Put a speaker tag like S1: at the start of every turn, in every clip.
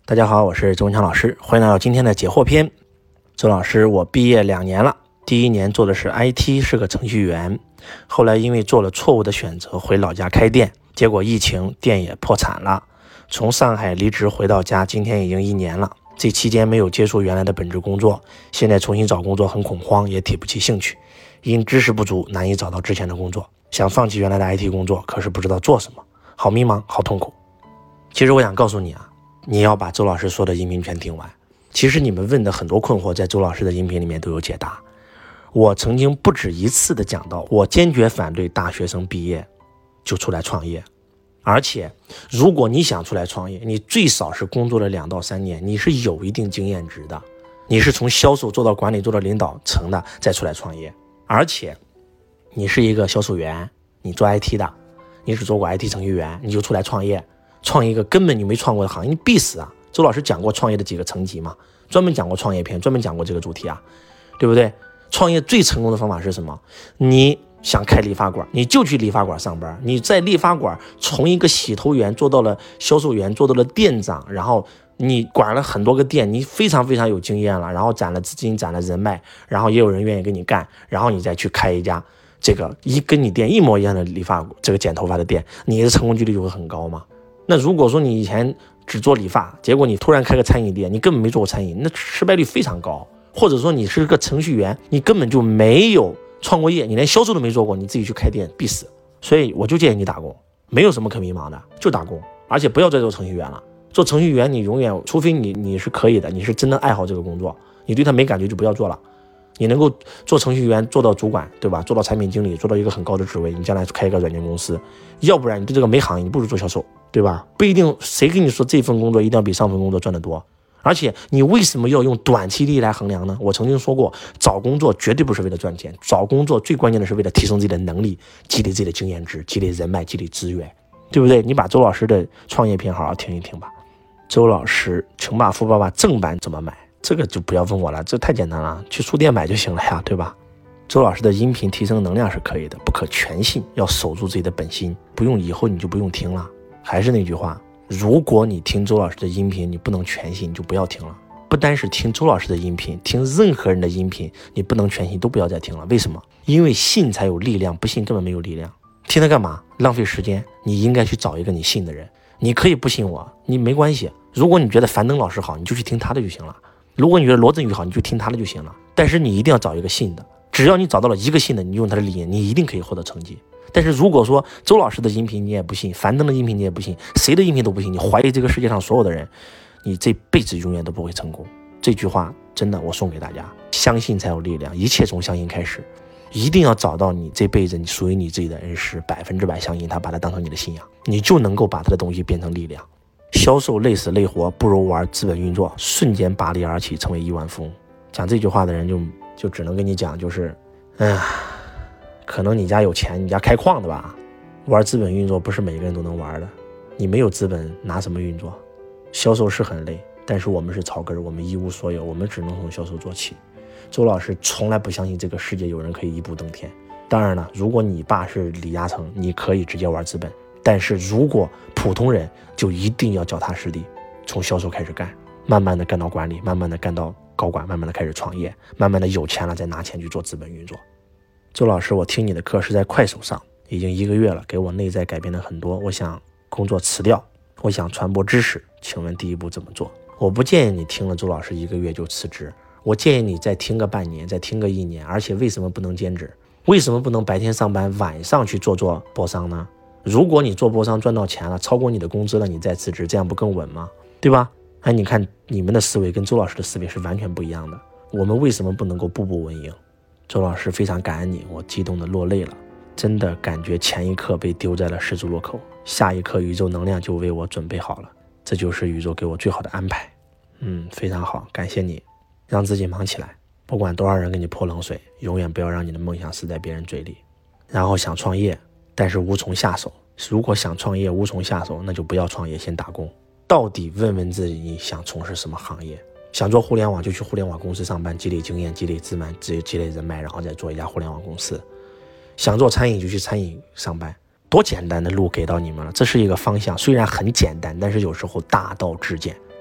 S1: 大家好，我是周文强老师，欢迎来到今天的解惑篇。周老师，我毕业2年了，第一年做的是 IT， 是个程序员，后来因为做了错误的选择，回老家开店，结果疫情店也破产了。从上海离职回到家，今天已经1年了。这期间没有接触原来的本职工作，现在重新找工作很恐慌，也提不起兴趣，因知识不足难以找到之前的工作，想放弃原来的 IT 工作，可是不知道做什么，好迷茫，好痛苦。其实我想告诉你啊，你要把周老师说的音频全听完。其实你们问的很多困惑在周老师的音频里面都有解答。我曾经不止一次的讲到，我坚决反对大学生毕业就出来创业，而且如果你想出来创业，你最少是工作了2到3年，你是有一定经验值的，你是从销售做到管理做到领导层的再出来创业，而且你是一个销售员，你做 IT 的，你是做过 IT 程序员，你就出来创业，创一个根本你没创过的行业，你必死啊！周老师讲过创业的几个层级嘛，专门讲过创业篇，专门讲过这个主题啊，对不对？创业最成功的方法是什么？你想开理发馆，你就去理发馆上班，你在理发馆从一个洗头员做到了销售员，做到了店长，然后你管了很多个店，你非常非常有经验了，然后攒了资金，攒了人脉，然后也有人愿意跟你干，然后你再去开一家这个跟你店一模一样的理发这个剪头发的店，你的成功几率就会很高嘛。那如果说你以前只做理发，结果你突然开个餐饮店，你根本没做过餐饮，那失败率非常高。或者说你是个程序员，你根本就没有创过业，你连销售都没做过，你自己去开店必死。所以我就建议你打工，没有什么可迷茫的，就打工，而且不要再做程序员了。做程序员你永远，除非你是可以的，你是真的爱好这个工作，你对他没感觉就不要做了。你能够做程序员做到主管，对吧？做到产品经理，做到一个很高的职位，你将来开一个软件公司。要不然你对这个没行业，你不如做销售，对吧？不一定谁跟你说这份工作一定要比上份工作赚得多。而且你为什么要用短期利益来衡量呢？我曾经说过，找工作绝对不是为了赚钱，找工作最关键的是为了提升自己的能力，积累自己的经验值，积累人脉，积累资源，对不对？你把周老师的创业篇好好听一听吧。周老师穷爸富爸爸正版怎么买？这个就不要问我了，这太简单了，去书店买就行了呀，对吧？周老师的音频提升能量是可以的，不可全信，要守住自己的本心，不用以后你就不用听了。还是那句话，如果你听周老师的音频你不能全信，你就不要听了。不单是听周老师的音频，听任何人的音频你不能全信都不要再听了。为什么？因为信才有力量，不信根本没有力量。听它干嘛？浪费时间。你应该去找一个你信的人。你可以不信我，你没关系，如果你觉得樊登老师好，你就去听他的就行了。如果你觉得罗振宇好，你就听他的就行了。但是你一定要找一个信的，只要你找到了一个信的，你用他的理念，你一定可以获得成绩。但是如果说周老师的音频你也不信，樊登的音频你也不信，谁的音频都不信，你怀疑这个世界上所有的人，你这辈子永远都不会成功。这句话真的我送给大家，相信才有力量，一切从相信开始。一定要找到你这辈子你属于你自己的恩师，100%相信他，把他当成你的信仰，你就能够把他的东西变成力量。销售累死累活不如玩资本运作，瞬间拔地而起成为亿万富翁。讲这句话的人就只能跟你讲，就是可能你家有钱，你家开矿的吧，玩资本运作不是每个人都能玩的，你没有资本拿什么运作？销售是很累，但是我们是草根，我们一无所有，我们只能从销售做起。周老师从来不相信这个世界有人可以一步登天。当然了，如果你爸是李嘉诚，你可以直接玩资本，但是如果普通人就一定要脚踏实地，从销售开始干，慢慢的干到管理，慢慢的干到高管，慢慢的开始创业，慢慢的有钱了再拿钱去做资本运作。周老师，我听你的课是在快手上，已经1个月了，给我内在改变了很多，我想工作辞掉，我想传播知识，请问第一步怎么做？我不建议你听了周老师1个月就辞职，我建议你再听个半年，再听个1年。而且为什么不能兼职？为什么不能白天上班，晚上去做播商呢？如果你做播商赚到钱了，超过你的工资了，你再辞职，这样不更稳吗？对吧？你看你们的思维跟周老师的思维是完全不一样的。我们为什么不能够步步稳赢？周老师非常感恩你，我激动的落泪了，真的感觉前一刻被丢在了十字路口，下一刻宇宙能量就为我准备好了，这就是宇宙给我最好的安排。非常好，感谢你，让自己忙起来，不管多少人给你泼冷水，永远不要让你的梦想死在别人嘴里。然后想创业，但是无从下手。如果想创业无从下手，那就不要创业，先打工。到底问问自己，你想从事什么行业？想做互联网就去互联网公司上班，积累经验，积累资源，积累人脉，然后再做一家互联网公司。想做餐饮就去餐饮上班，多简单的路给到你们了。这是一个方向，虽然很简单，但是有时候大道至简。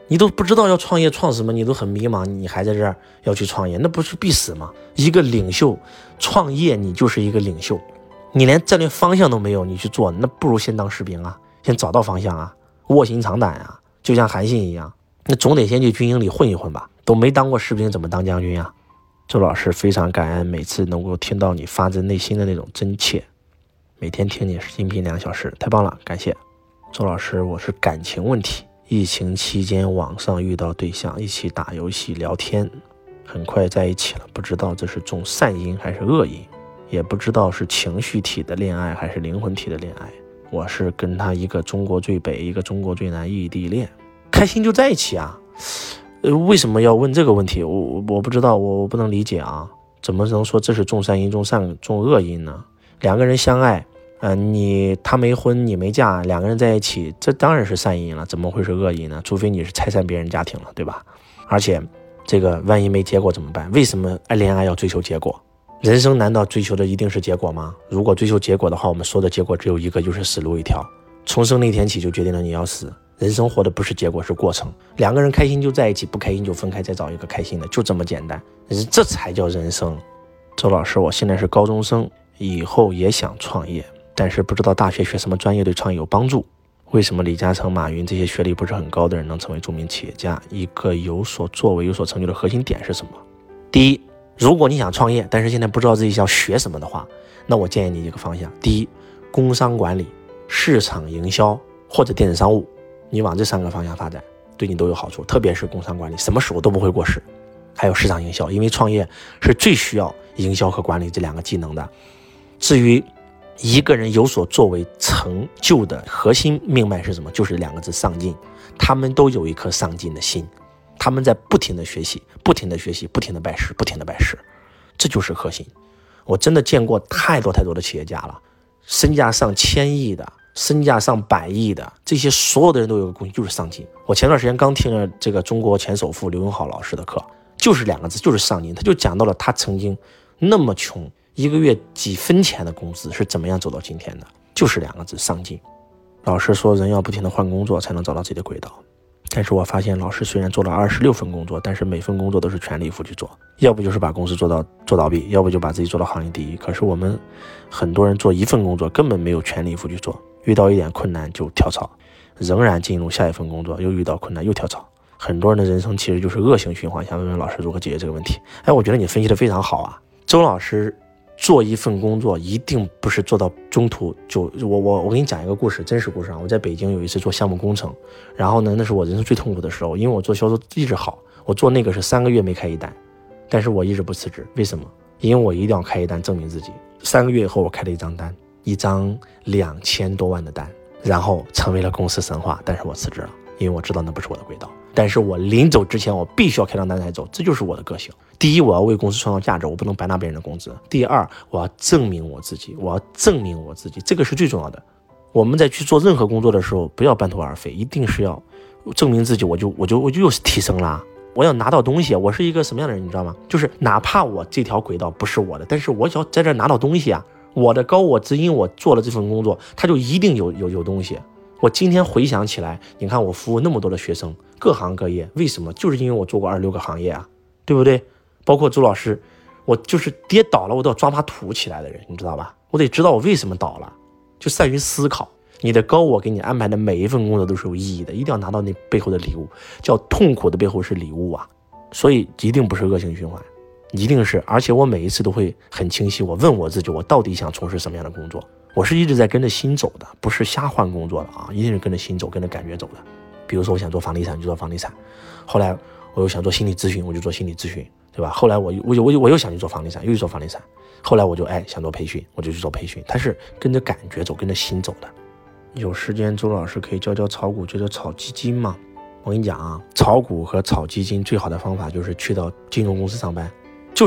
S1: 你都不知道要创业创什么，你都很迷茫，你还在这儿要去创业，那不是必死吗？一个领袖创业，你就是一个领袖，你连战略方向都没有，你去做，那不如先当士兵啊，先找到方向啊，卧薪尝胆啊，就像韩信一样，那总得先去军营里混一混吧，都没当过士兵怎么当将军啊？周老师非常感恩每次能够听到你发自内心的那种真切，每天听你音频2小时，太棒了，感谢。周老师，我是感情问题，疫情期间网上遇到对象，一起打游戏聊天，很快在一起了，不知道这是种善因还是恶因，也不知道是情绪体的恋爱还是灵魂体的恋爱。我是跟他一个中国最北一个中国最南异地恋，开心就在一起啊。为什么要问这个问题？我不知道，我不能理解啊，怎么能说这是种善因种恶因呢？两个人相爱，他没婚你没嫁，两个人在一起，这当然是善因了，怎么会是恶因呢？除非你是拆散别人家庭了，对吧？而且这个万一没结果怎么办？为什么恋爱要追求结果？人生难道追求的一定是结果吗？如果追求结果的话，我们说的结果只有一个，就是死路一条。从生那天起就决定了你要死。人生活的不是结果，是过程。两个人开心就在一起，不开心就分开，再找一个开心的，就这么简单。这才叫人生。周老师，我现在是高中生，以后也想创业，但是不知道大学学什么专业对创业有帮助。为什么李嘉诚、马云这些学历不是很高的人能成为著名企业家？一个有所作为、有所成就的核心点是什么？第一，如果你想创业，但是现在不知道自己要学什么的话，那我建议你一个方向：第一，工商管理、市场营销或者电子商务。你往这3个方向发展，对你都有好处，特别是工商管理，什么时候都不会过时。还有市场营销，因为创业是最需要营销和管理这2个技能的。至于一个人有所作为成就的核心命脉是什么？就是2个字：上进。他们都有一颗上进的心，他们在不停的学习，不停的学习，不停的拜师，不停的拜师，这就是核心。我真的见过太多的企业家了，身价上千亿的，身价上100亿的，这些所有的人都有个共性，就是上进。我前段时间刚听了这个中国前首富刘永好老师的课，就是2个字，就是上进。他就讲到了他曾经那么穷，一个月几分钱的工资是怎么样走到今天的，就是2个字，上进。老师说人要不停的换工作才能找到自己的轨道，但是我发现老师虽然做了26份工作，但是每份工作都是全力以赴去做，要不就是把公司做倒闭，要不就把自己做到行业第一。可是我们很多人做1份工作根本没有全力以赴去做，遇到一点困难就跳槽，仍然进入下一份工作，又遇到困难又跳槽。很多人的人生其实就是恶性循环。想问问老师如何解决这个问题？我觉得你分析的非常好啊。周老师做1份工作一定不是做到中途就我给你讲一个故事，真实故事啊。我在北京有一次做项目工程，然后呢，那是我人生最痛苦的时候，因为我做销售一直好，我做那个是3个月没开一单，但是我一直不辞职。为什么？因为我一定要开一单证明自己。3个月以后我开了一张单，一张2000多万的单，然后成为了公司神话，但是我辞职了，因为我知道那不是我的轨道。但是我临走之前我必须要开张单才走，这就是我的个性。第一，我要为公司创造价值，我不能白拿别人的工资。第二，我要证明我自己，这个是最重要的。我们在去做任何工作的时候，不要半途而废，一定是要证明自己，我就又是提升啦。我要拿到东西，我是一个什么样的人你知道吗？就是哪怕我这条轨道不是我的，但是我要在这拿到东西啊。我的高我指引我做了这份工作，它就一定有东西。我今天回想起来，你看我服务那么多的学生，各行各业，为什么？就是因为我做过26个行业啊，对不对？包括周老师，我就是跌倒了我都要抓把土起来的人，你知道吧？我得知道我为什么倒了，就善于思考。你的高我给你安排的每一份工作都是有意义的，一定要拿到那背后的礼物，叫痛苦的背后是礼物啊。所以一定不是恶性循环，一定是，而且我每一次都会很清晰，我问我自己，我到底想从事什么样的工作？我是一直在跟着心走的，不是瞎换工作的啊，一定是跟着心走，跟着感觉走的。比如说我想做房地产就做房地产，后来我又想做心理咨询，我就做心理咨询，对吧？后来我又想去做房地产，又去做房地产。后来我就想做培训，我就去做培训。它是跟着感觉走，跟着心走的。有时间周老师可以教炒股，教炒基金吗？我跟你讲啊，炒股和炒基金最好的方法就是去到金融公司上班，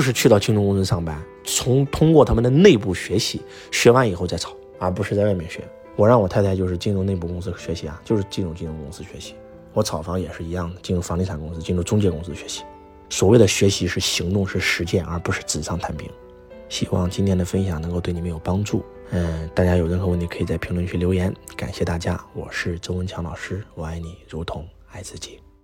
S1: 通过他们的内部学习，学完以后再炒，而不是在外面学。我让我太太就是进入内部公司学习啊，就是进入金融公司学习。我炒房也是一样的，进入房地产公司，进入中介公司学习。所谓的学习是行动，是实践，而不是纸上谈兵。希望今天的分享能够对你们有帮助。大家有任何问题可以在评论区留言。感谢大家，我是周文强老师，我爱你如同爱自己。